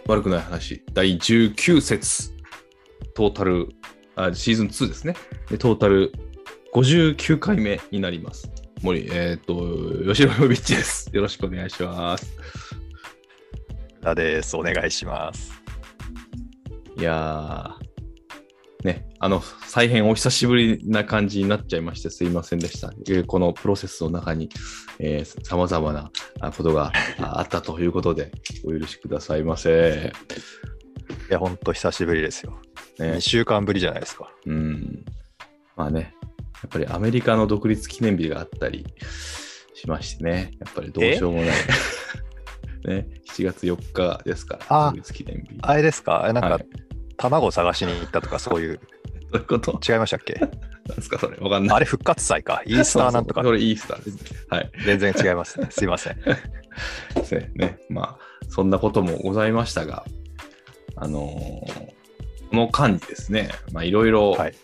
悪くない話第19節トータルシーズン2ですね。でトータル59回目になります。吉野ヨビッチです。よろしくお願いします。 だです。お願いします。 いやーね、大変お久しぶりな感じになっちゃいましてすいませんでした。このプロセスの中にさまざまなことがあったということでお許しくださいませ。 いや、ほんと久しぶりですよ。ね、2週間ぶりじゃないですか。 まあね、やっぱりアメリカの独立記念日があったりしましてね、やっぱりどうしようもない。ね、7月4日ですから、独立記念日。 あれですか、なんか、はい、卵を探しに行ったとかそういう。 どういうこと？ 違いましたっけ？ なんですかそれ、わかんない。 あれ復活祭か。イースターなんとか。 それイースターですね。はい。 全然違いますね。すいません。 ですね。まあ、そんなこともございましたが、この間にですね、まあいろいろ、はい、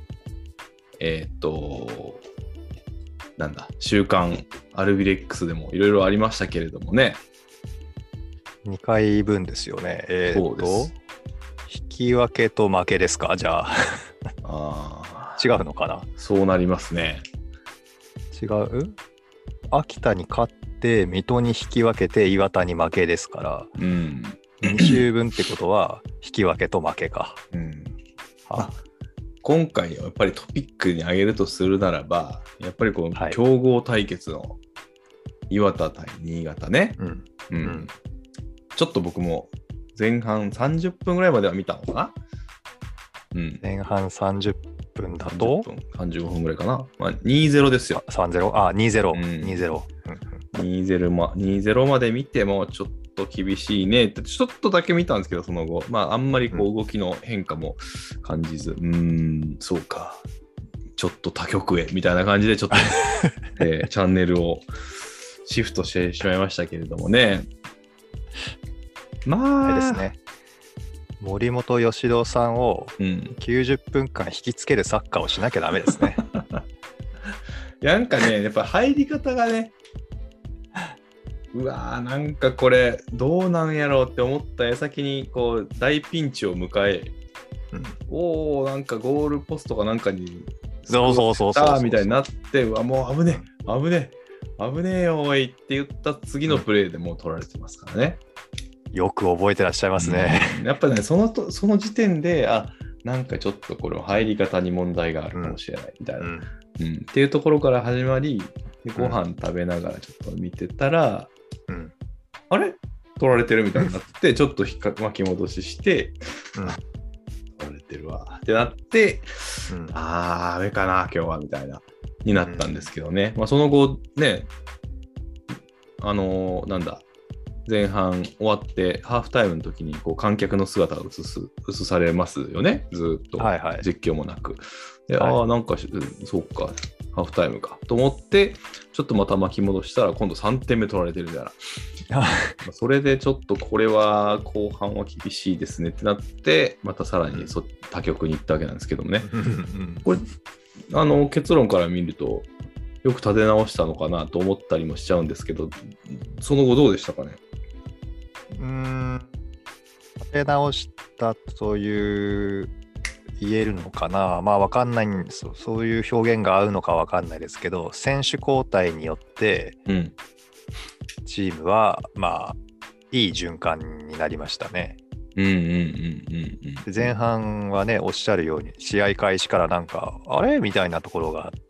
週刊アルビレックスでもいろいろありましたけれどもね。 2回分ですよね。 そうです。 引き分けと負けですか、じゃあ。違うのかな。 そうなりますね。 違う？秋田に勝って水戸に引き分けて岩田に負けですから、2週分ってことは引き分けと負けか。 今回やっぱりトピックに挙げるとするならば、やっぱりこの強豪対決の岩田対新潟ね。ちょっと僕も前半30分ぐらいまでは見たのかな。 前半30分だと 35分ぐらいかな。まあ、2-0 ですよ。 2-0。2-0。 2-0 まで見てもちょっと厳しいねってちょっとだけ見たんですけど、その後、まああんまりこう動きの変化も感じず、そうか、ちょっと他局へみたいな感じでちょっと、チャンネルをシフトしてしまいましたけれどもね。まあ、 ですね。森本義郎さんを90分間引きつけるサッカーをしなきゃダメですね。 なんかね、やっぱ入り方がね、うわーなんかこれどうなんやろうって思った矢先にこう大ピンチを迎え、なんかゴールポストかなんかにそうみたいになって、うわもう危ねえよおいって言った次のプレーでもう取られてますからね。 よく覚えてらっしゃいますね。 やっぱねその時点でなんかちょっとこれ入り方に問題があるかもしれないみたいな、っていうところから始まり、でご飯食べながらちょっと見てたら、あれ取られてるみたいになってちょっと巻き戻しして、取られてるわってなって、ダメかな今日はみたいなになったんですけどね。まあその後ね、前半終わってハーフタイムの時にこう観客の姿が映されますよね、ずっと実況もなく。でなんかそうかハーフタイムかと思ってちょっとまた巻き戻したら今度3点目取られてるみたいな。それでちょっとこれは後半は厳しいですねってなってまたさらに他局に行ったわけなんですけどもね。これ結論から見るとよく立て直したのかなと思ったりもしちゃうんですけど、その後どうでしたかね。 立て直したという言えるのかな。まあ分かんないんですよ。そういう表現が合うのか分かんないですけど、選手交代によってチームはまあいい循環になりましたね。前半はねおっしゃるように試合開始からなんかあれみたいなところがあって、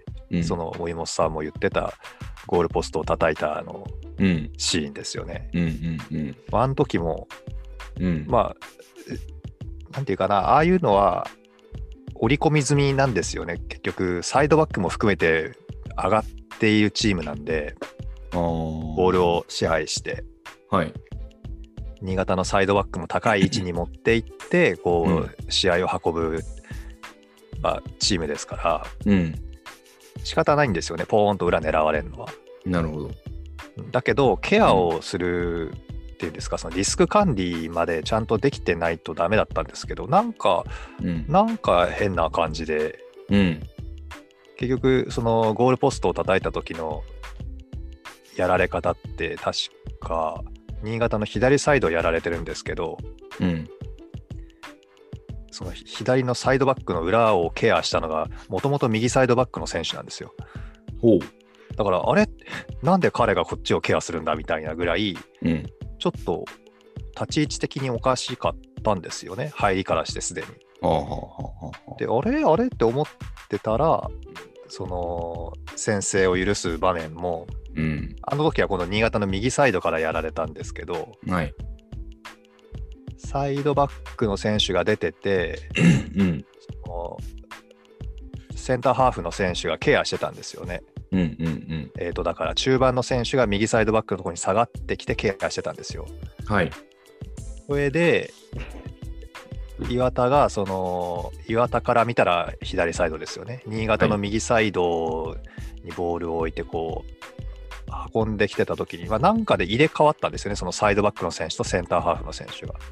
その森本さんも言ってたゴールポストを叩いたシーンですよね。あの時も、まあなんていうかな、ああいうのは織り込み済みなんですよね。結局サイドバックも含めて上がっているチームなんで、ボールを支配して、新潟のサイドバックも高い位置に持っていってこう試合を運ぶ、チームですから、仕方ないんですよね、ポーンと裏狙われるのは。 なるほど。 だけどケアをするっていうんですか、そのリスク管理までちゃんとできてないとダメだったんですけど、なんか変な感じで、結局そのゴールポストを叩いた時のやられ方って確か新潟の左サイドをやられてるんですけど、 うん、 その左のサイドバックの裏をケアしたのがもともと右サイドバックの選手なんですよ。 ほう。 だからあれなんで彼がこっちをケアするんだみたいなぐらい、 うん、 ちょっと立ち位置的におかしかったんですよね、入りからしてすでに。であれって思ってたら、その先制を許す場面も、 うん、 あの時はこの新潟の右サイドからやられたんですけど、 はい、 サイドバックの選手が出てて、 うん、 そのセンターハーフの選手がケアしてたんですよね。だから中盤の選手が右サイドバックのところに下がってきてケアしてたんですよ。 はい。 それで岩田が岩田から見たら左サイドですよね。新潟の右サイドにボールを置いてこう運んできてた時に、なんかで入れ替わったんですよね、そのサイドバックの選手とセンターハーフの選手が。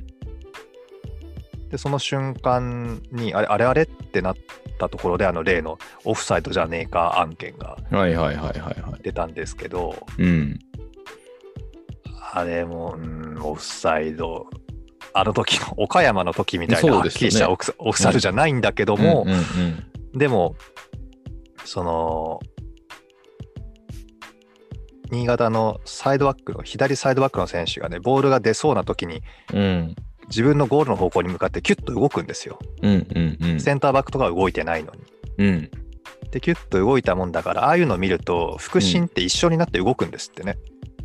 でその瞬間にあれってなったところで、例のオフサイドじゃねえか案件が出たんですけど、あれもオフサイド、あの時の岡山の時みたいなはっきりしたオフサイドじゃないんだけども、でもその新潟の左サイドバックの選手がね、ボールが出そうな時に、自分のゴールの方向に向かってキュッと動くんですよ。センターバックとかは動いてないのに。でキュッと動いたもんだから、ああいうのを見ると腹心って一緒になって動くんですってね。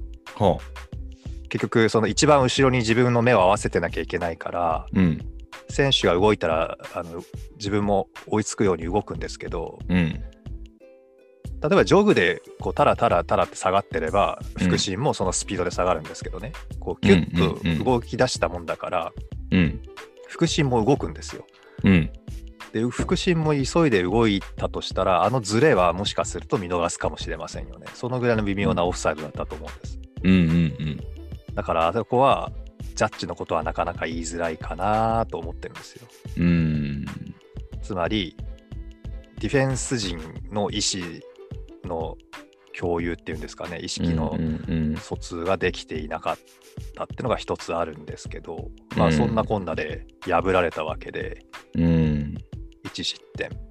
結局その一番後ろに自分の目を合わせてなきゃいけないから、選手が動いたら自分も追いつくように動くんですけど、例えばジョグでこうタラタラって下がってれば腹心もそのスピードで下がるんですけどね、こうキュッと動き出したもんだから、腹心も動くんですよ。で腹心も急いで動いたとしたら、ズレはもしかすると見逃すかもしれませんよね。そのぐらいの微妙なオフサイドだったと思うんです。だからあそこはジャッジのことはなかなか言いづらいかなと思ってるんですよ。つまりディフェンス陣の意思の共有っていうんですかね、意識の疎通ができていなかったっていうのが一つあるんですけど、そんなこんなで破られたわけで、1失点